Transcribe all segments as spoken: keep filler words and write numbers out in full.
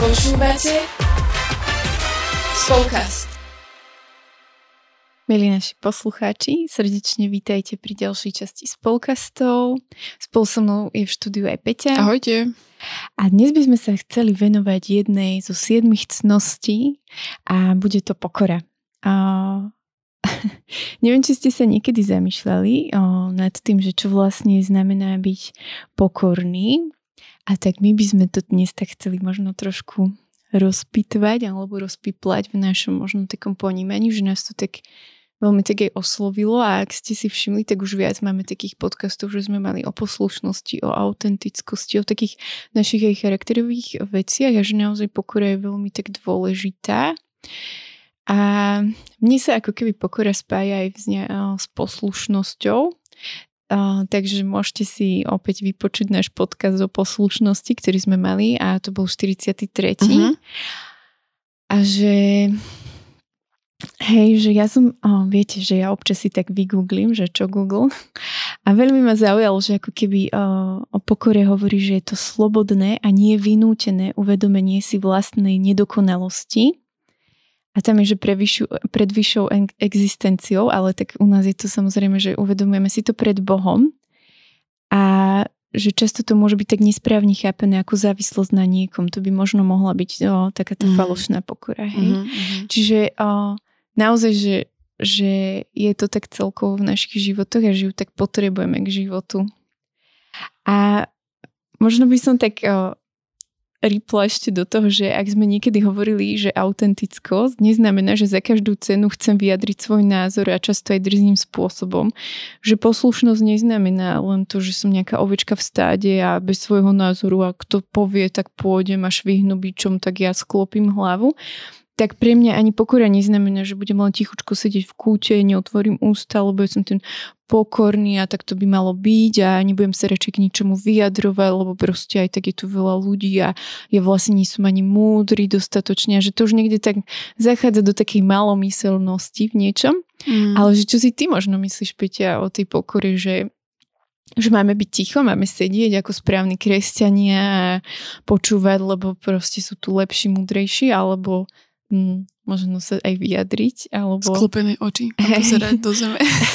Počúvate Spolkast. Milí naši poslucháči, srdečne vítajte pri ďalšej časti Spolkastov. Spolu so mnou je v štúdiu aj Peťa. Ahojte. A dnes by sme sa chceli venovať jednej zo siedmich cností a bude to pokora. A... Neviem, či ste sa niekedy zamýšľali o, nad tým, že čo vlastne znamená byť pokorný. A tak my by sme to dnes tak chceli možno trošku rozpitvať alebo rozpiplať v našom možno takom ponímaní, že nás to tak veľmi tak aj oslovilo a ak ste si všimli, tak už viac máme takých podcastov, že sme mali o poslušnosti, o autentickosti, o takých našich aj charakterových veciach a že naozaj pokora je veľmi tak dôležitá. A mne sa ako keby pokora spája aj vzňa, s poslušnosťou. Uh, takže môžete si opäť vypočuť náš podcast o poslušnosti, ktorý sme mali a to bol štyridsiaty tretí Uh-huh. A že hej, že ja som, oh, viete, že ja občas si tak vygooglím, že čo Google a veľmi ma zaujalo, že ako keby uh, o pokore hovorí, že je to slobodné a nie vynútené uvedomenie si vlastnej nedokonalosti. A tam je, že pre vyššiu, pred vyššou existenciou, ale tak u nás je to samozrejme, že uvedomujeme si to pred Bohom a že často to môže byť tak nesprávne chápané ako závislosť na niekom. To by možno mohla byť o, taká tá mm. falošná pokora. Hej? Mm-hmm. Čiže o, naozaj, že, že je to tak celkovo v našich životoch a že ju tak potrebujeme k životu. A možno by som tak... O, rýpla ešte do toho, že ak sme niekedy hovorili, že autentickosť neznamená, že za každú cenu chcem vyjadriť svoj názor a často aj drzým spôsobom. Že poslušnosť neznamená len to, že som nejaká ovečka v stáde a bez svojho názoru a kto povie, tak pôjdem a švihnu bičom, tak ja sklopím hlavu. Tak pre mňa ani pokora neznamená, že budem len tichučko sedieť v kúte, neotvorím ústa, lebo ja som ten pokorný a tak to by malo byť a nebudem sa radšej k ničomu vyjadrovať, lebo proste aj tak je tu veľa ľudí a ja vlastne nie som ani múdry dostatočne a že to už niekde tak zachádza do takej malomyselnosti v niečom. Mm. Ale že čo si ty možno myslíš, Peťa, o tej pokore, že že máme byť ticho, máme sedieť ako správni kresťania a počúvať, lebo proste sú tu lepší, múdrejší, alebo Mm, možno sa aj vyjadriť, alebo... Sklopené oči a pozerať do zeme.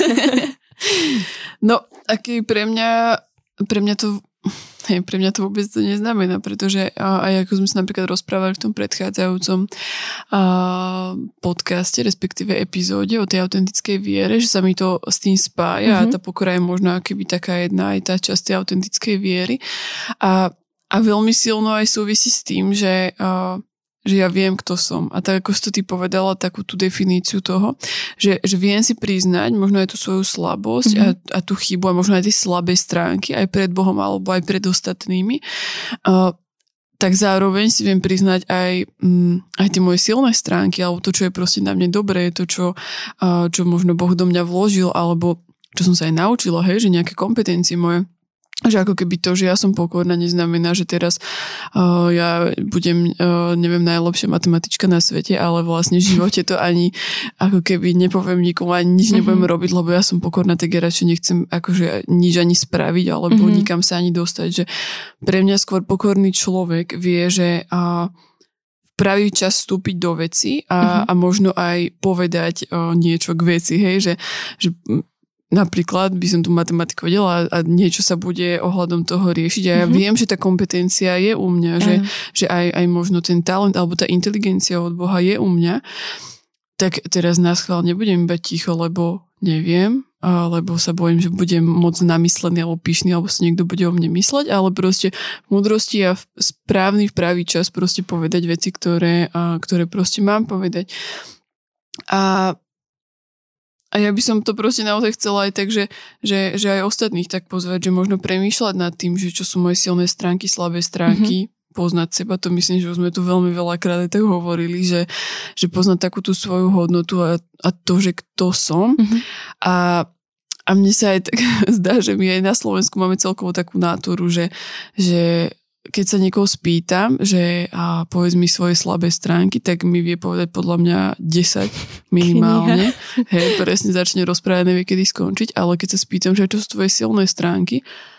No, aký pre mňa, pre mňa to, hej, pre mňa to vôbec to neznamená, pretože aj ako sme sa napríklad rozprávali v tom predchádzajúcom a, podcaste, respektíve epizóde o tej autentickej viere, že sa mi to s tým spája mm-hmm. a tá pokora je možno akoby taká jedna aj tá časť tej autentickej viery a, a veľmi silno aj súvisí s tým, že a, že ja viem, kto som. A tak ako si to ty povedala, takú tú definíciu toho, že, že viem si priznať možno aj tú svoju slabosť mm-hmm. a, a tú chybu a možno aj tie slabé stránky aj pred Bohom alebo aj pred ostatnými. Uh, tak zároveň si viem priznať aj, um, aj tie moje silné stránky alebo to, čo je proste na mne dobré, to, čo, uh, čo možno Boh do mňa vložil alebo čo som sa aj naučila, hej, že nejaké kompetencie moje. Že ako keby to, že ja som pokorná, neznamená, že teraz uh, ja budem, uh, neviem, najlepšia matematička na svete, ale vlastne v živote to ani ako keby nepoviem nikomu, ani nič nebudem mm-hmm. robiť, lebo ja som pokorná, tak ja radšej nechcem akože nič ani spraviť, alebo mm-hmm. nikam sa ani dostať. Že pre mňa skôr pokorný človek vie, že uh, v pravý čas vstúpiť do veci a, mm-hmm. a možno aj povedať uh, niečo k veci, hej, že, že napríklad by som tú matematiku vedela a niečo sa bude ohľadom toho riešiť a ja mm-hmm. viem, že tá kompetencia je u mňa, že, že aj, aj možno ten talent alebo tá inteligencia od Boha je u mňa, tak teraz náschvál nebudem iba ticho, lebo neviem, lebo sa bojím, že budem moc namyslený alebo pyšný, alebo si niekto bude o mne mysleť, ale proste v múdrosti a v správny, v pravý čas proste povedať veci, ktoré, ktoré proste mám povedať. A A ja by som to proste naozaj chcela aj tak, že, že, že aj ostatných tak pozvať, že možno premýšľať nad tým, že čo sú moje silné stránky, slabé stránky, mm-hmm. poznať seba, to myslím, že už sme tu veľmi veľakrát tak hovorili, že, že poznať takú tú svoju hodnotu a, a to, že kto som. Mm-hmm. A, a mne sa aj tak zdá, že my aj na Slovensku máme celkovo takú náturu, že, že keď sa niekoho spýtam, že a povedz mi svoje slabé stránky, tak mi vie povedať podľa mňa desať minimálne. Hej, presne začne rozprávať, nevie kedy skončiť, ale keď sa spýtam, že čo sú tvoje silné stránky,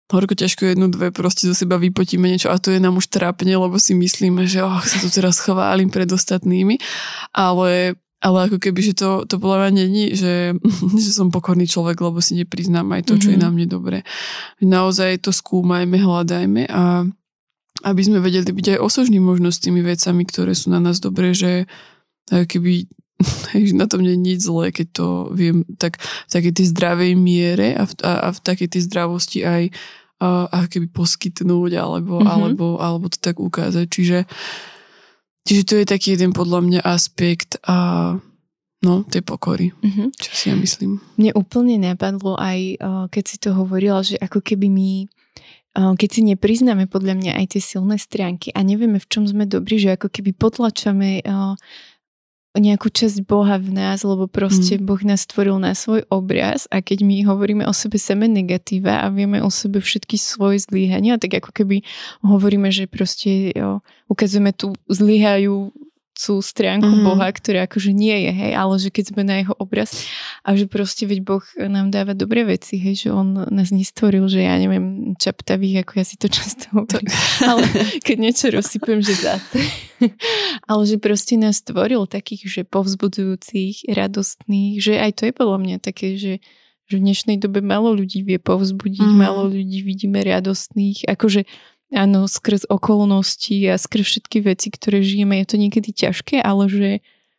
horko ťažko jednu, dve proste zo seba vypotíme niečo a to je nám už trápne, lebo si myslíme, že oh, sa tu teraz chválim pred ostatnými, ale, ale ako keby, že to, to podľa mňa není, že, že som pokorný človek, lebo si nepriznám aj to, čo mm-hmm. je na mne dobré. Naozaj to skúmajme, hľadajme a aby sme vedeli byť aj osožní možno s tými vecami, ktoré sú na nás dobré, že keby na tom nie je nič zlé, keď to viem tak v takej tej zdravej miere a v, a, a v takej tej zdravosti aj a, a keby poskytnúť alebo, mm-hmm. alebo, alebo to tak ukázať. Čiže, čiže to je taký jeden podľa mňa aspekt a no, tej pokory, mm-hmm. čo si ja myslím. Mne úplne napadlo aj, keď si to hovorila, že ako keby my keď si nepriznáme podľa mňa aj tie silné stránky a nevieme, v čom sme dobrí, že ako keby potlačame nejakú časť Boha v nás, lebo proste mm. Boh nás stvoril na svoj obraz a keď my hovoríme o sebe same negatíva a vieme o sebe všetky svoje zlyhania, tak ako keby hovoríme, že proste jo, ukazujeme tú zlyhajúcu stránku mm. Boha, ktorá akože nie je, hej, ale že keď sme na jeho obraz a že proste veď Boh nám dáva dobré veci, hej, že on nás nestvoril, že ja neviem, čaptavých, ako ja si to často hovorím, ale keď niečo rozsypem, že zase. Ale že proste nás stvoril takých, že povzbudzujúcich, radostných, že aj to je podľa mňa také, že, že v dnešnej dobe málo ľudí vie povzbudiť, mm. málo ľudí vidíme radostných, akože áno, skrz okolnosti a skrz všetky veci, ktoré žijeme, je to niekedy ťažké, ale že,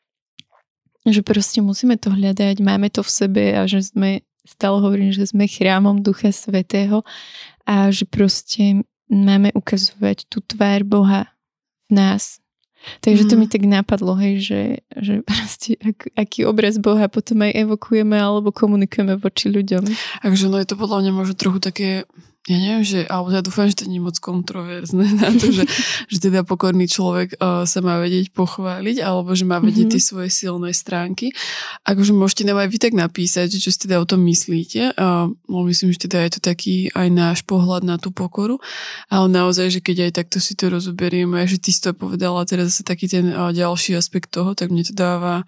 že proste musíme to hľadať, máme to v sebe a že sme, stále hovorím, že sme chrámom Ducha Svätého a že proste máme ukazovať tú tvár Boha v nás. Takže to mi tak napadlo, hej, že, že proste ak, aký obraz Boha potom aj evokujeme alebo komunikujeme voči ľuďom. Takže no je to podľa mňa možno trochu také, ja neviem, že, alebo ja dúfam, že to nie je moc kontroverzné na to, že, že teda pokorný človek uh, sa má vedieť pochváliť, alebo že má vedieť mm-hmm. tie svoje silné stránky. Akože môžete nám aj vy tak napísať, že čo si teda o tom myslíte. Uh, myslím, že teda je to taký aj náš pohľad na tú pokoru, ale naozaj, že keď aj takto si to rozoberieme, že ty si to povedala, teraz zase taký ten uh, ďalší aspekt toho, tak mne to dáva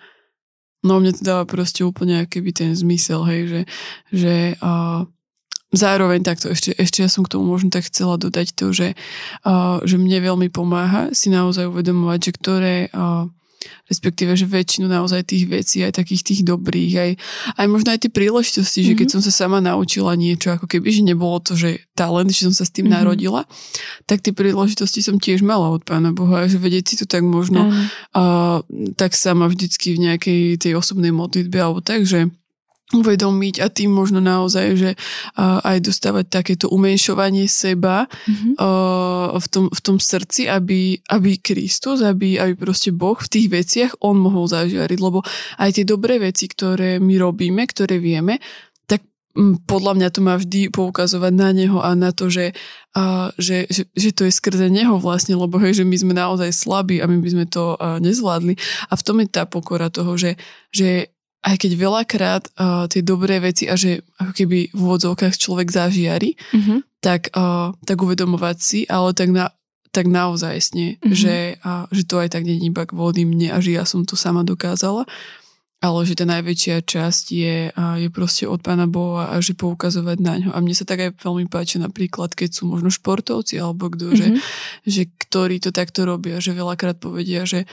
no mne to dáva proste úplne akýby ten zmysel, hej, že, že uh, zároveň takto, ešte, ešte ja som k tomu možno tak chcela dodať to, že, uh, že mne veľmi pomáha si naozaj uvedomovať, že ktoré, uh, respektíve, že väčšinu naozaj tých vecí, aj takých tých dobrých, aj, aj možno aj tie príležitosti, mm-hmm. že keď som sa sama naučila niečo, ako keby, že nebolo to, že talent, že som sa s tým mm-hmm. narodila, tak tie príležitosti som tiež mala od Pána Boha, že vedieť si to tak možno mm. uh, tak sama vždycky v nejakej tej osobnej modlitbe, alebo tak, že uvedomiť a tým možno naozaj, že uh, aj dostávať takéto umenšovanie seba mm-hmm. uh, v, tom, v tom srdci, aby, aby Kristus, aby, aby proste Boh v tých veciach on mohol zažiariť, lebo aj tie dobré veci, ktoré my robíme, ktoré vieme, tak m, podľa mňa to má vždy poukazovať na Neho a na to, že, uh, že, že, že to je skrze Neho vlastne, lebo hej, že my sme naozaj slabí a my by sme to uh, nezvládli a v tom je tá pokora toho, že, že aj keď veľakrát uh, tie dobré veci a že ako keby v úvodzovkách človek zažiari, mm-hmm. tak, uh, tak uvedomovať si, ale tak, na, tak naozaj sne, mm-hmm. že, uh, že to aj tak nie je iba kvôli mne a že ja som to sama dokázala, ale že tá najväčšia časť je, uh, je proste od Pána Boha a že poukazovať na ňo. A mne sa tak aj veľmi páči napríklad, keď sú možno športovci alebo kto, mm-hmm. že, že ktorí to takto robia, že veľakrát povedia, že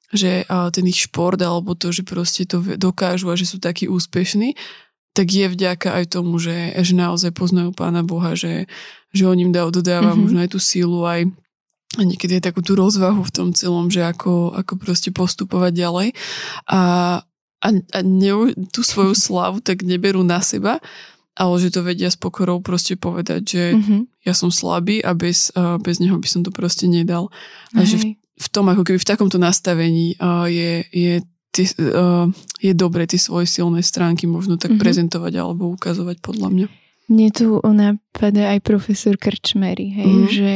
že ten ich šport alebo to, že proste to dokážu a že sú takí úspešní, tak je vďaka aj tomu, že, že naozaj poznajú Pána Boha, že, že on im dá, dodáva mm-hmm. možno aj tú sílu, aj niekedy aj takú tú rozvahu v tom celom, že ako, ako proste postupovať ďalej a, a, a ne, tú svoju slávu tak neberú na seba, ale že to vedia s pokorou proste povedať, že mm-hmm. ja som slabý a bez, bez neho by som to proste nedal. A že v, v tom, ako keby v takomto nastavení uh, je, je, tie, uh, je dobre tie svoje silné stránky možno tak mm-hmm. prezentovať alebo ukazovať podľa mňa. Mne tu napadá aj profesor Krčmery, hej, mm-hmm. že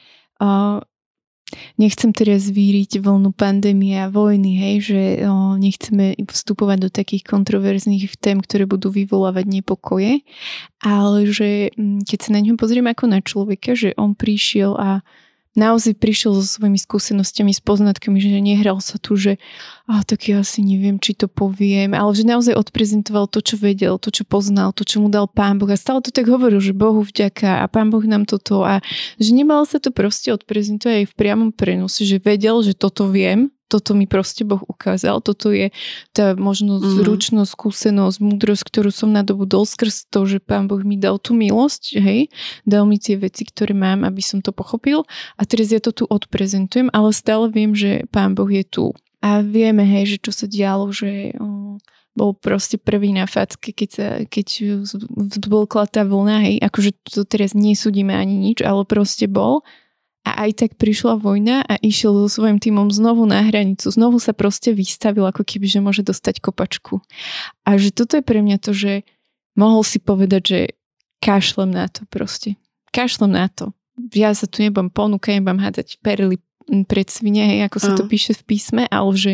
uh, nechcem teraz víriť vlnu pandémie a vojny, hej, že uh, nechceme vstupovať do takých kontroverzných tém, ktoré budú vyvolávať nepokoje, ale že um, keď sa na ňo pozrieme ako na človeka, že on prišiel a naozaj prišiel so svojimi skúsenostiami, s poznatkami, že nehral sa tu, že ah, tak ja asi neviem, či to poviem, ale že naozaj odprezentoval to, čo vedel, to, čo poznal, to, čo mu dal Pán Boh a stále to tak hovoril, že Bohu vďaka a Pán Boh nám toto a že nemalo sa to proste odprezentovať aj v priamom prenose, že vedel, že toto viem, toto mi proste Boh ukázal, toto je tá možno mm. zručnosť, skúsenosť, múdrosť, ktorú som nadobudol skrz to, že Pán Boh mi dal tú milosť, hej, dal mi tie veci, ktoré mám, aby som to pochopil a teraz ja to tu odprezentujem, ale stále viem, že Pán Boh je tu. A vieme, hej, že čo sa dialo, že o, bol proste prvý na facke, keď sa, keď vzblkla tá vlna, hej, akože to teraz nesúdime ani nič, ale proste bol. A aj tak prišla vojna a išiel so svojím tímom znovu na hranicu. Znovu sa proste vystavil, ako keby, že môže dostať kopačku. A že toto je pre mňa to, že mohol si povedať, že kašlem na to proste. Kašlem na to. Ja sa tu nebudem ponúkať, nebudem hádať perly pred svine, hej, ako sa to píše v písme, ale že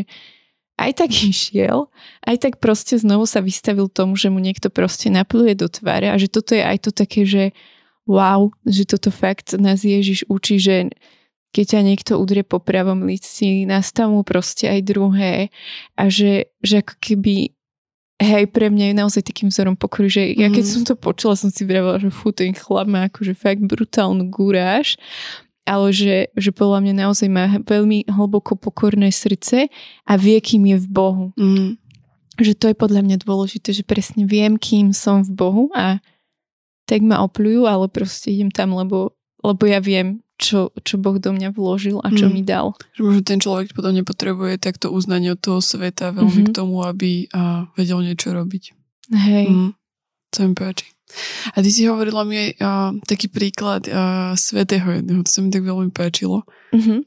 aj tak išiel, aj tak proste znovu sa vystavil tomu, že mu niekto proste napluje do tváre a že toto je aj to také, že wow, že toto fakt nás Ježiš učí, že keď ťa niekto udrie po pravom líci, nastav mu proste aj druhé a že, že ako keby hej, pre mňa je naozaj takým vzorom pokory, že ja keď mm. som to počula, som si vravela, že fú, ten chlap má akože fakt brutálnu guráž, ale že, že podľa mňa naozaj má veľmi hlboko pokorné srdce a vie, kým je v Bohu. Mm. Že to je podľa mňa dôležité, že presne viem, kým som v Bohu a tak ma opľujú, ale proste idem tam, lebo, lebo ja viem, čo, čo Boh do mňa vložil a čo mm. mi dal. Že možno ten človek potom nepotrebuje takto uznanie od toho sveta veľmi mm-hmm. k tomu, aby a, vedel niečo robiť. Hej. Mm. To mi páči. A ty si hovorila mi aj a, taký príklad a, svätého jedného, to sa mi tak veľmi páčilo. Mm-hmm.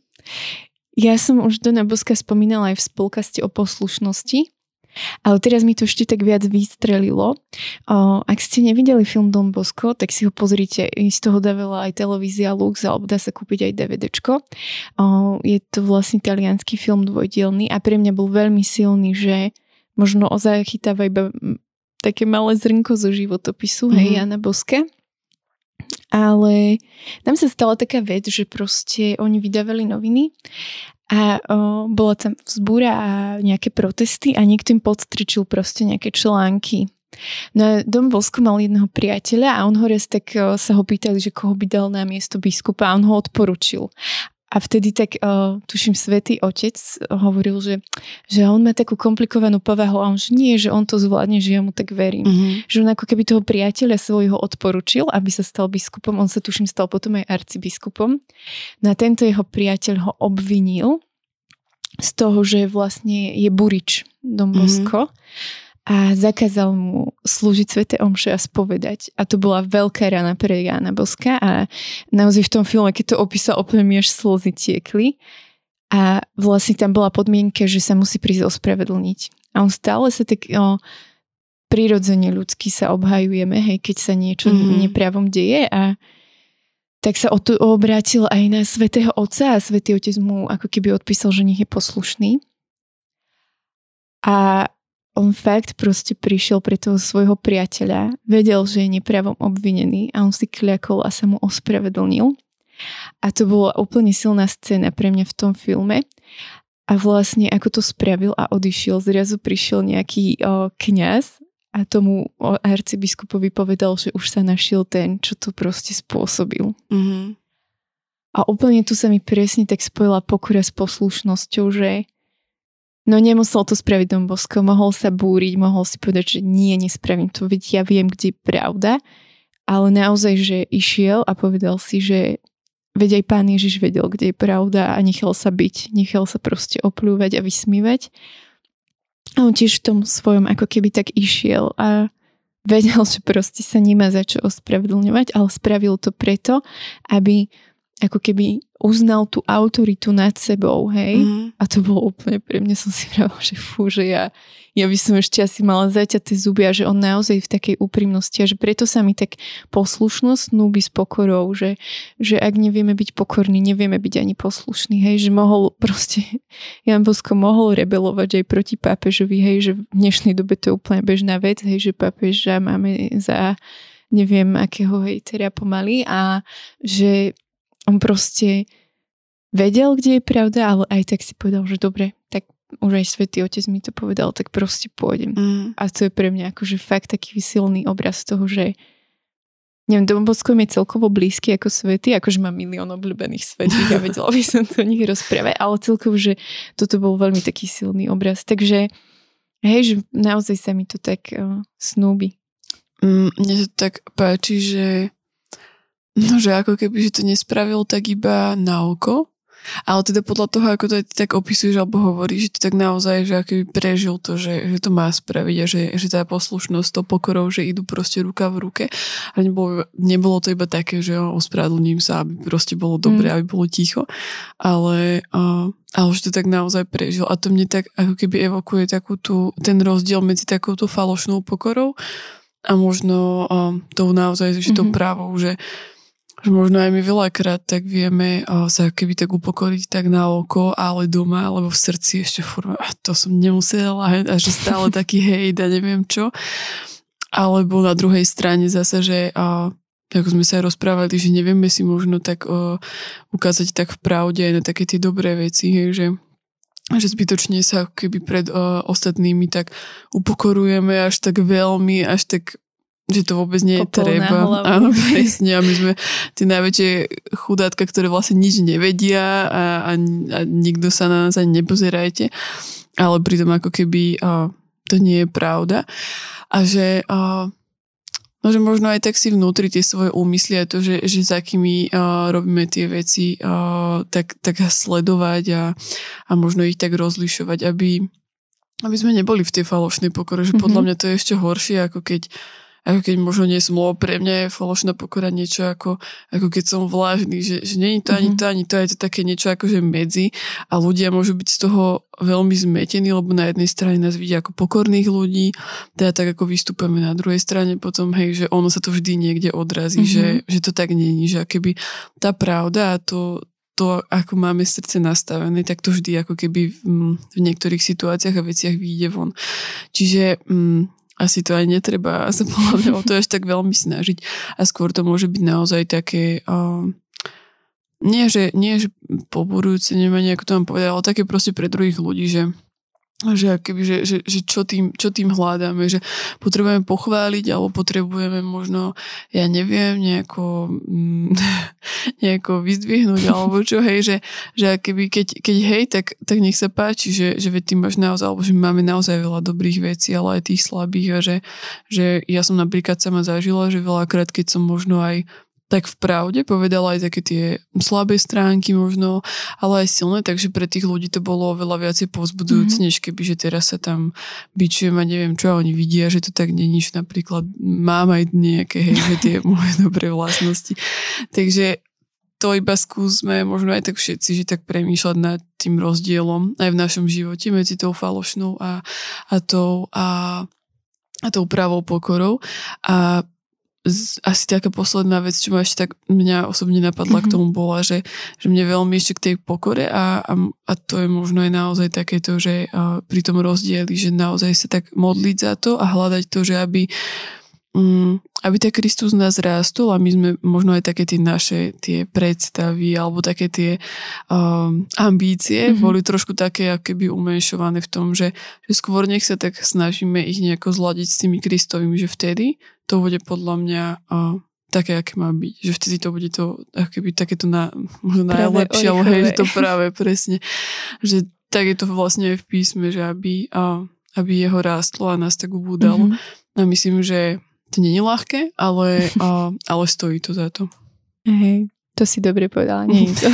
Ja som už Dona Boska spomínala aj v spolkaste o poslušnosti. Ale teraz mi to ešte tak viac vystrelilo. O, ak ste nevideli film Don Bosco, tak si ho pozrite. Z toho dávala aj televízia Lux, alebo dá sa kúpiť aj DVDčko. O, je to vlastne taliansky film dvojdielny a pre mňa bol veľmi silný, že možno zachytáva iba také malé zrnko zo životopisu, mm-hmm. hej, Jana Boska. Ale tam sa stala taká vec, že proste oni vydávali noviny a o, bola tam vzbúra a nejaké protesty a niekto im podstrčil proste nejaké články. No a Don Bosco mal jedného priateľa a on ho raz tak o, sa ho pýtali, že koho by dal na miesto biskupa a on ho odporučil. A vtedy tak, uh, tuším, Svätý Otec hovoril, že, že on má takú komplikovanú povahu a on, že nie, že on to zvládne, že ja mu tak verím. Mm-hmm. Že on ako keby toho priateľa svojho odporučil, aby sa stal biskupom. On sa, tuším, stal potom aj arcibiskupom. No a tento jeho priateľ ho obvinil z toho, že vlastne je burič Don Bosco. Mm-hmm. A zakázal mu slúžiť sväté omše a spovedať. A to bola veľká rana pre Jána Boska a naozaj v tom filme, keď to opísal, úplne mi až slzy tiekli. A vlastne tam bola podmienka, že sa musí prísť ospravedlniť. A on stále sa tak o, prirodzene ľudsky sa obhajujeme, hej, keď sa niečo mm-hmm. nepravom deje a tak sa o to obrátil aj na svätého Otca a svätý Otec mu ako keby odpísal, že nech je poslušný. A on fakt proste prišiel pre toho svojho priateľa, vedel, že je nepravom obvinený a on si kľakol a sa mu ospravedlnil. A to bola úplne silná scéna pre mňa v tom filme. A vlastne ako to spravil a odišiel, zrazu prišiel nejaký o, kňaz a tomu o, arcibiskupovi povedal, že už sa našiel ten, čo to proste spôsobil. Mm-hmm. A úplne tu sa mi presne tak spojila pokora s poslušnosťou, že no nemusel to spraviť Don Bosco, mohol sa búriť, mohol si povedať, že nie, nespravím to, veď ja viem, kde je pravda, ale naozaj, že išiel a povedal si, že veď aj Pán Ježiš vedel, kde je pravda a nechal sa byť, nechal sa proste opľúvať a vysmívať. A on tiež v tom svojom ako keby tak išiel a vedel, že proste sa nemá za čo ospravedlňovať, ale spravil to preto, aby ako keby uznal tú autoritu nad sebou, hej. Mm. A to bolo úplne pre mňa, som si vravila, že fú, že ja, ja by som ešte asi mala zaťaté zuby a že on naozaj v takej úprimnosti a že preto sa mi tak poslušnosť núbi s pokorou, že, že ak nevieme byť pokorní, nevieme byť ani poslušní, hej, že mohol proste, Ján Bosko mohol rebelovať aj proti pápežovi, hej, že v dnešnej dobe to je úplne bežná vec, hej, že pápeža máme za neviem akého hejtera pomaly a že on proste vedel, kde je pravda, ale aj tak si povedal, že dobre, tak už aj Svätý Otec mi to povedal, tak proste pôjdem. Mm. A to je pre mňa akože fakt taký silný obraz toho, že neviem, Don Bosco mi je celkovo blízky ako svätý, akože mám milión obľúbených svätých a vedela by som to o nich rozprávať, ale celkovo, že toto bol veľmi taký silný obraz. Takže hej, že naozaj sa mi to tak uh, snúbi. Mm, mne to tak páči, že no, že ako keby, že to nespravil tak iba na oko, ale teda podľa toho, ako to ty tak opisuješ alebo hovoríš, že ty tak naozaj, že ako prežil to, že, že to má spraviť a že, že tá poslušnosť, to pokorou, že idú proste ruka v ruke a nebolo, nebolo to iba také, že ospravedlním sa, aby proste bolo dobre, mm. aby bolo ticho, ale, uh, ale že to tak naozaj prežil a to mne tak ako keby evokuje takú tú, ten rozdiel medzi takouto falošnou pokorou a možno uh, tou naozaj, že mm-hmm. tou právou, že že možno aj my veľakrát tak vieme uh, sa keby tak upokoriť tak na oko, ale doma, alebo v srdci ešte furt, a to som nemusela a že stále taký hejt a neviem čo. Alebo na druhej strane zase, že uh, ako sme sa aj rozprávali, že nevieme si možno tak uh, ukázať tak v pravde aj na také tie dobré veci, hej, že že zbytočne sa keby pred uh, ostatnými tak upokorujeme až tak veľmi, až tak že to vôbec nie je Popolná treba. hlavu. Áno, presne. A my sme tie najväčšie chudátka, ktoré vlastne nič nevedia a, a, a nikto sa na nás ani nepozerajte. Ale pritom ako keby a, to nie je pravda. A že, a, no, že možno aj tak si vnútri tie svoje úmysly a to, že, že za akými a, robíme tie veci, a, tak, tak sledovať a, a možno ich tak rozlišovať, aby, aby sme neboli v tej falošnej pokore. Že podľa mňa to je ešte horšie, ako keď ako keď možno nie som, lebo pre mňa je falošná pokora niečo ako, ako keď som vlážny, že, že nie je to ani to, ani to, je to také niečo ako že medzi a ľudia môžu byť z toho veľmi zmetení, lebo na jednej strane nás vidia ako pokorných ľudí, teda tak ako vystupujeme na druhej strane potom, hej, že ono sa to vždy niekde odrazí, mm-hmm. že, že to tak nie je, že keby tá pravda a to to, ako máme srdce nastavené, tak to vždy ako keby v, v niektorých situáciách a veciach vyjde von. Čiže mm, asi to aj netreba sa podľa mňa o to až tak veľmi snažiť. A skôr to môže byť naozaj také uh, nie, že, nie, že poburujúce, neviem, ako to mám povedať, ale také proste pre druhých ľudí, že že, keby, že, že, že čo, tým, čo tým hľadáme, že potrebujeme pochváliť alebo potrebujeme možno, ja neviem, nejako, mm, nejako vyzdvihnúť alebo čo, hej, že, že keby, keď, keď hej, tak, tak nech sa páči, že, že veď ty máš naozaj, alebo že máme naozaj veľa dobrých vecí, ale aj tých slabých a že, že ja som napríklad sama zažila, že veľakrát, keď som možno aj tak v pravde povedala aj také tie slabé stránky možno, ale aj silné, takže pre tých ľudí to bolo veľa viacej povzbudzujúce, mm-hmm. než keby, že teraz sa tam bičujem a neviem čo, a oni vidia, že to tak není, že napríklad mám aj nejaké, hej, že tie moje dobré vlastnosti. Takže to iba skúsme, možno aj tak všetci, že tak premýšľať nad tým rozdielom aj v našom živote medzi tou falošnou a, a tou a, a tou pravou pokorou. A asi taká posledná vec, čo ma ešte tak mňa osobne napadla mm-hmm. k tomu bola, že, že mne veľmi ešte k tej pokore a, a, a to je možno aj naozaj takéto, že a, pri tom rozdieli, že naozaj sa tak modliť za to a hľadať to, že aby um, aby tak Kristus nás rástol a my sme možno aj také tie naše tie predstavy alebo také tie um, ambície mm-hmm. boli trošku také akoby umenšované v tom, že, že skôr nech sa tak snažíme ich nejako zladiť s tými Kristovými, že vtedy to bude podľa mňa uh, také, aké má byť. Že vtedy to bude to akoby takéto na, možno najlepšie, ale hej, že to práve presne. Že tak je to vlastne aj v písme, že aby, uh, aby jeho rástlo a nás tak ubúdalo. Mm-hmm. A myslím, že to nie je ľahké, ale, uh, ale stojí to za to. Hej, to si dobre povedala, nie je to.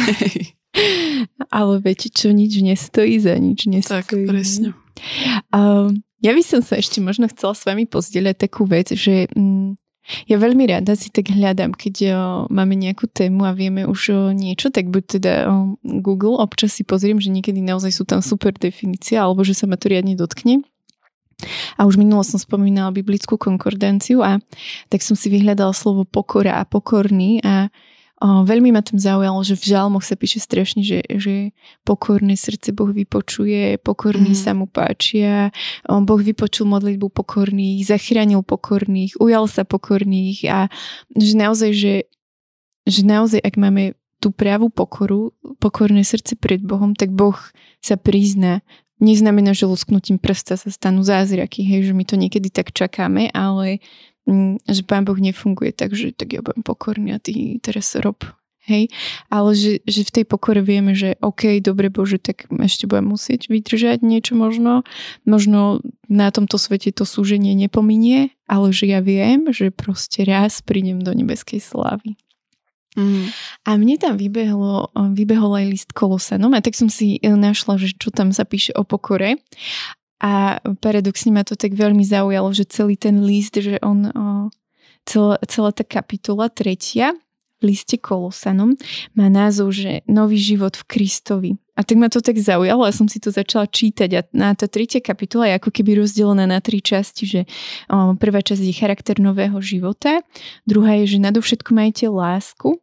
Ale viete čo, nič nestojí za nič nestojí. Tak, presne. Um, ja by som sa ešte možno chcela s vami pozdieľať takú vec, že mm, ja veľmi rada si tak hľadám, keď o, máme nejakú tému a vieme už o niečo, tak buď teda o, Google, občas si pozriem, že niekedy naozaj sú tam super definície, alebo že sa ma to riadne dotkne. A už minulo som spomínala biblickú konkordanciu a tak som si vyhľadala slovo pokora a pokorný a o, veľmi ma tam zaujalo, že v žalmoch sa píše strašne, že, že pokorné srdce Boh vypočuje, pokorní mm. sa mu páčia, o, Boh vypočul modlitbu pokorných, zachránil pokorných, ujal sa pokorných a že naozaj, že, že naozaj, ak máme tú právu pokoru, pokorné srdce pred Bohom, tak Boh sa prizná. Neznamená, že lusknutím prsta sa stanú zázraky, hej, že my to niekedy tak čakáme, ale m, že Pán Boh nefunguje tak, že tak ja budem pokorný a ty teraz rob, hej. Ale že, že v tej pokore vieme, že OK, dobre Bože, tak ešte budem musieť vydržať niečo možno. Možno na tomto svete to súženie nepominie, ale že ja viem, že proste raz prídem do nebeskej slávy. Mm. A mne tam vybehlo, vybehol aj list Kolosanom a tak som si našla, že čo tam sa píše o pokore a paradoxne ma to tak veľmi zaujalo, že celý ten list, že on celá, celá tá kapitola tretia v liste Kolosanom má názov, že Nový život v Kristovi. A tak ma to tak zaujalo a som si to začala čítať a na tá tretia kapitola je ako keby rozdelená na tri časti, že o, prvá časť je charakter nového života, druhá je, že nadovšetko majte lásku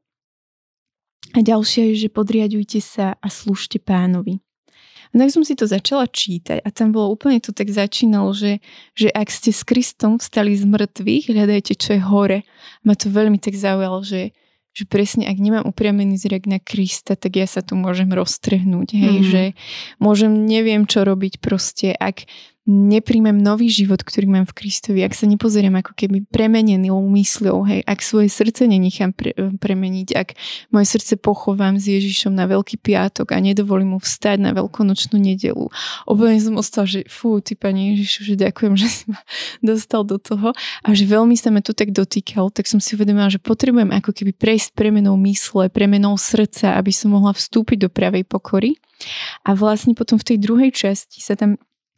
a ďalšia je, že podriaďujte sa a slúžte Pánovi. A tak som si to začala čítať a tam bolo úplne to tak začínalo, že, že ak ste s Kristom vstali z mŕtvych, hľadajte, čo je hore. Ma to veľmi tak zaujalo, že že presne, ak nemám upriamený zrak na Krista, tak ja sa tu môžem roztrhnúť, hej, mm. že môžem, neviem čo robiť proste, ak nepríjmem nový život, ktorý mám v Kristovi, ak sa nepozerám ako keby premenenou mysľou, hej, ak svoje srdce nenechám pre, premeniť, ak moje srdce pochovám s Ježišom na Veľký piatok a nedovolím mu vstať na Veľkonočnú nedelu. Úplne som ostala, že fú, ty Pane Ježišu, že ďakujem, že si ma dostal do toho a že veľmi sa ma to tak dotýkal, tak som si uvedomila, že potrebujem ako keby prejsť premenou mysle, premenou srdca, aby som mohla vstúpiť do pravej pokory. A vlastne potom v tej druhej časti sa tam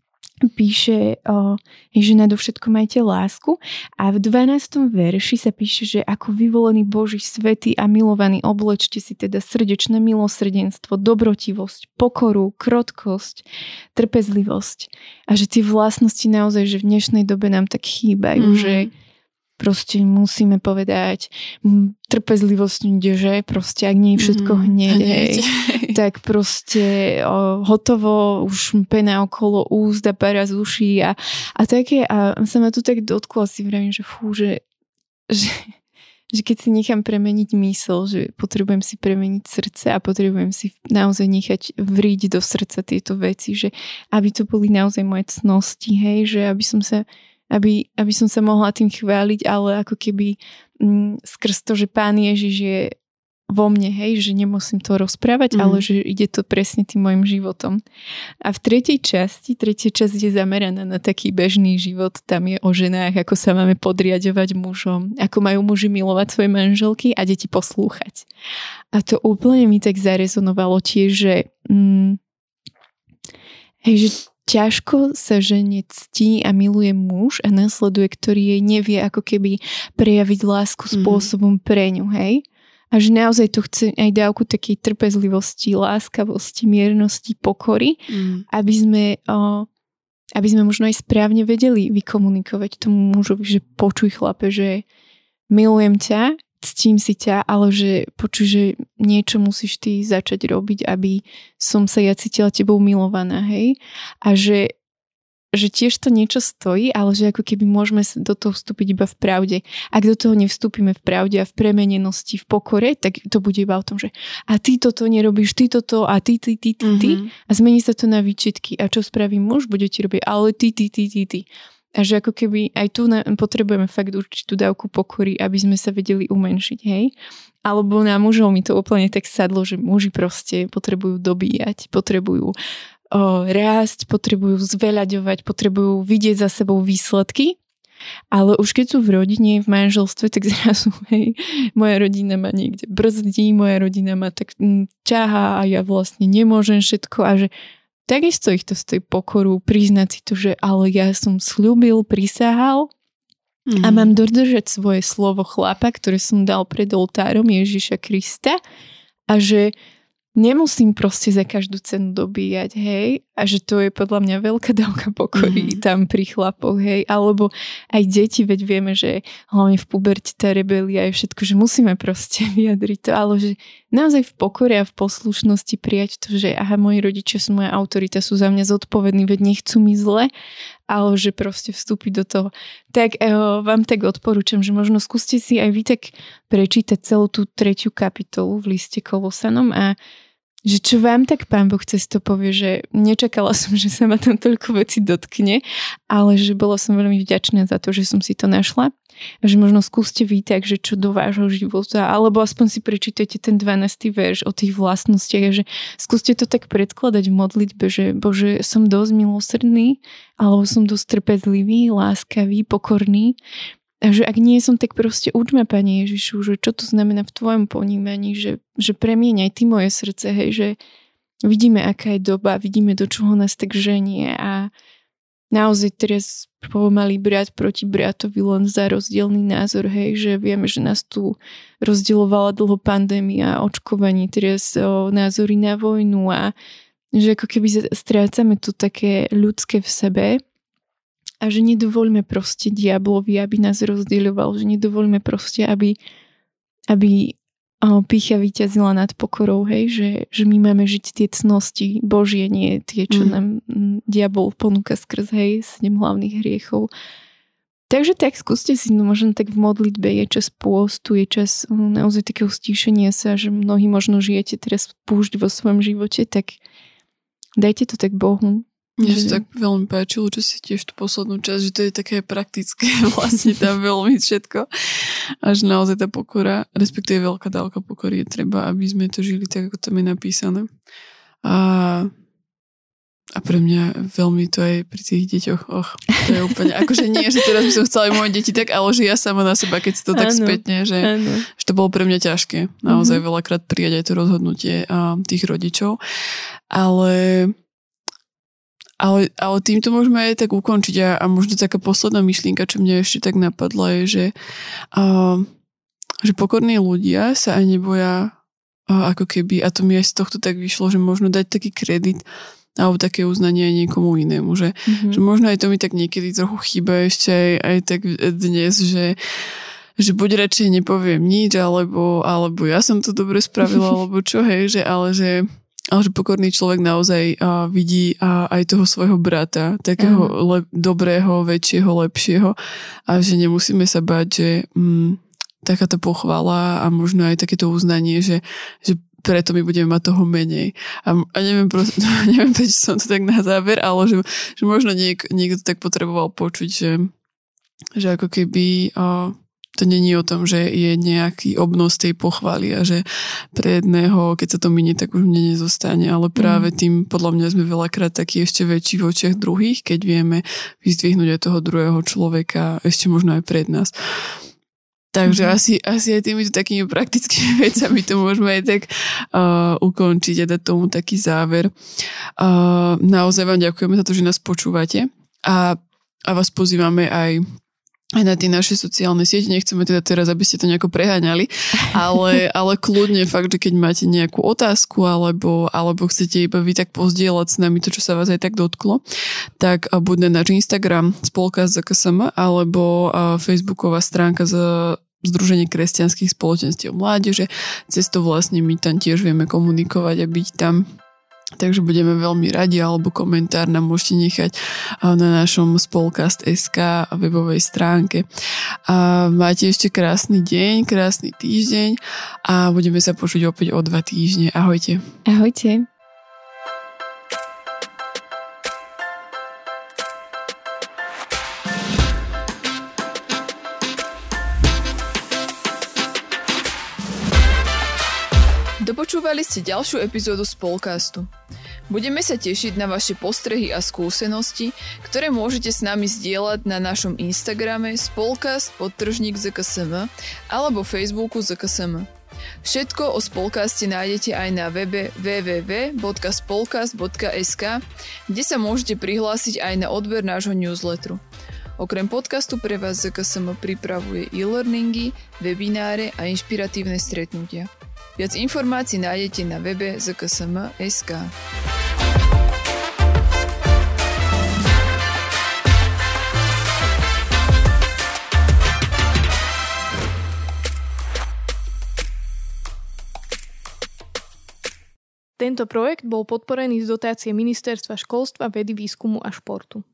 píše, o, že nadovšetko majte lásku a v dvanástom verši sa píše, že ako vyvolený Boží svätý a milovaný oblečte si teda srdečné milosrdenstvo, dobrotivosť, pokoru, krotkosť, trpezlivosť a že tie vlastnosti naozaj, že v dnešnej dobe nám tak chýbajú, mm. že proste musíme povedať trpezlivosť, že proste ak nie je všetko mm, hneď, hej, tak proste o, hotovo, už pena okolo úst a para z uší a, a také a sa ma tu tak dotklo, si vravím, že fú, že, že, že keď si nechám premeniť mysl, že potrebujem si premeniť srdce a potrebujem si naozaj nechať vriť do srdca tieto veci, že aby to boli naozaj moje cnosti, hej, že aby som sa Aby, aby som sa mohla tým chváliť, ale ako keby mm, skrz to, že Pán Ježiš je vo mne, hej, že nemusím to rozprávať, mm. ale že ide to presne tým môjim životom. A v tretej časti, tretia časť je zameraná na taký bežný život, tam je o ženách, ako sa máme podriadovať mužom, ako majú muži milovať svoje manželky a deti poslúchať. A to úplne mi tak zarezonovalo tiež, že mm, hej, že ťažko sa žene ctí a miluje muž a nasleduje, ktorý jej nevie ako keby prejaviť lásku spôsobom mm. pre ňu, hej? A že naozaj to chce aj dávku takej trpezlivosti, láskavosti, miernosti, pokory, mm. aby sme o, aby sme možno aj správne vedeli vykomunikovať tomu mužovi, že počuj chlape, že milujem ťa, ctím si ťa, ale že počuj, že niečo musíš ty začať robiť, aby som sa ja cítila tebou milovaná, hej? A že, že tiež to niečo stojí, ale že ako keby môžeme do toho vstúpiť iba v pravde. Ak do toho nevstúpime v pravde a v premenenosti, v pokore, tak to bude iba o tom, že a ty toto nerobíš, ty toto a ty, ty, ty, ty, ty. Mm-hmm. A zmení sa to na výčitky. A čo spraví muž? Bude ti robiť, ale ty, ty, ty, ty, ty. A že ako keby aj tu potrebujeme fakt určitú dávku pokory, aby sme sa vedeli umenšiť, hej? Alebo na mužov mi to úplne tak sadlo, že muži proste potrebujú dobíjať, potrebujú o, rásť, potrebujú zveľaďovať, potrebujú vidieť za sebou výsledky, ale už keď sú v rodine, v manželstve, tak zrazu, hej, moja rodina ma niekde brzdí, moja rodina ma tak ťahá a ja vlastne nemôžem všetko a že takisto ich to stojí pokoru, priznať si to, že ale ja som sľúbil, prisahal mm. a mám dodržať svoje slovo chlapa, ktoré som dal pred oltárom Ježiša Krista a že nemusím proste za každú cenu dobíjať, hej, A že to je podľa mňa veľká dávka pokory mm-hmm. tam pri chlapoch, hej. Alebo aj deti, veď vieme, že hlavne v puberte tá rebelia je všetko, že musíme proste vyjadriť to, ale že naozaj v pokore a v poslušnosti prijať to, že aha, moji rodičia sú moja autorita, sú za mňa zodpovední, veď nechcú mi zle, ale že proste vstúpiť do toho. Tak eh, vám tak odporúčam, že možno skúste si aj vy tak prečítať celú tú tretiu kapitolu v liste Kolosanom a že čo vám tak Pán Boh cez to povie, že nečakala som, že sa ma tam toľko veci dotkne, ale že bola som veľmi vďačná za to, že som si to našla. A že možno skúste vy tak, že čo do vášho života, alebo aspoň si prečítajte ten dvanásty verš o tých vlastnostiach a že skúste to tak predkladať v modlitbe, že Bože, som dosť milosrdný, alebo som dosť trpezlivý, láskavý, pokorný. A že ak nie som, tak proste uč ma, Pane Ježišu, že čo to znamená v tvojom ponímaní, že, že premieňaj ty moje srdce, hej, že vidíme, aká je doba, vidíme, do čoho nás tak ženie a naozaj teraz pomaly brat proti bratovi len za rozdielný názor, hej, že vieme, že nás tu rozdielovala dlho pandémia, očkovanie, teraz o, názory na vojnu a že ako keby strácame tu také ľudské v sebe. A že nedovoľme proste diablovi, aby nás rozdieľoval, že nedovoľme proste, aby, aby oh, pýcha víťazila nad pokorou, hej, že, že my máme žiť tie cnosti Božie, nie tie, čo mm. nám diabol ponúka skrz, hej, sedem hlavných hriechov. Takže tak skúste si, no možno tak v modlitbe je čas pôstu, je čas no, naozaj takého stíšenia sa, že mnohí možno žijete teraz púšť vo svojom živote, tak dajte to tak Bohu. Mne sa tak veľmi páčilo, že si tiež tú poslednú časť, že to je také praktické, vlastne tam veľmi všetko. Až naozaj tá pokora, respektíve veľká dávka pokory je treba, aby sme to žili tak, ako tam je napísané. A, a pre mňa veľmi to aj pri tých deťoch, och, to je úplne, akože nie, že teraz by som chcela aj moje deti tak, ale že ja sama na seba, keď si to tak ano, spätne, že, že to bolo pre mňa ťažké. Naozaj mm-hmm. veľakrát prijať aj to rozhodnutie a, tých rodičov. Ale... Ale, ale týmto môžeme aj tak ukončiť a, a možno taká posledná myšlienka, čo mňa ešte tak napadla je, že, uh, že pokorní ľudia sa aj neboja uh, ako keby, a to mi aj z tohto tak vyšlo, že možno dať taký kredit alebo také uznanie aj niekomu inému, že, mm-hmm. že možno aj to mi tak niekedy trochu chýba ešte aj, aj tak dnes, že že buď radšej nepoviem nič, alebo, alebo ja som to dobre spravila, alebo čo, hej, že ale že ale že pokorný človek naozaj uh, vidí uh, aj toho svojho brata, takého uh-huh. le- dobrého, väčšieho, lepšieho a že nemusíme sa báť, že um, takáto pochvala a možno aj takéto uznanie, že, že preto my budeme mať toho menej. A, a neviem, proste, neviem, prečo som to tak na záver, ale že, že možno niek- niekto tak potreboval počuť, že, že ako keby... Uh, to není o tom, že je nejaký obnos tej pochvaly a že pre jedného, keď sa to minie, tak už mne nezostane, ale práve tým podľa mňa sme veľakrát takí ešte väčší v očiach druhých, keď vieme vyzdvihnúť aj toho druhého človeka ešte možno aj pred nás. Takže mm-hmm. asi, asi aj týmito takými praktickými vecami to môžeme aj tak uh, ukončiť a dať tomu taký záver. Uh, naozaj vám ďakujeme za to, že nás počúvate a, a vás pozývame aj aj na tie naše sociálne siete. Nechceme teda teraz, aby ste to nejako preháňali, ale, ale kľudne fakt, že keď máte nejakú otázku alebo, alebo chcete iba vy tak pozdieľať s nami to, čo sa vás aj tak dotklo, tak buď na náš Instagram spolka z zet ká es em alebo facebooková stránka z Združenie kresťanských spoločenstiev mládeže. Cez to vlastne my tam tiež vieme komunikovať a byť tam. Takže budeme veľmi radi, alebo komentár nám môžete nechať na našom spolkast bodka es ká webovej stránke. A máte ešte krásny deň, krásny týždeň a budeme sa počuť opäť o dva týždne. Ahojte. Ahojte. Dopočúvali ste ďalšiu epizódu Spolcastu. Budeme sa tešiť na vaše postrehy a skúsenosti, ktoré môžete s nami zdieľať na našom Instagrame spolcast podtržník zet ká es em alebo Facebooku zet ká es em. Všetko o Spolcaste nájdete aj na webe w w w bodka spolcast bodka es ká, kde sa môžete prihlásiť aj na odber nášho newsletteru. Okrem podcastu pre vás zet ká es em pripravuje e-learningy, webináre a inšpiratívne stretnutia. Viac informácií nájdete na webe zet ká es em bodka es ká. tento projekt bol podporený z dotácie Ministerstva školstva, vedy, výskumu a športu.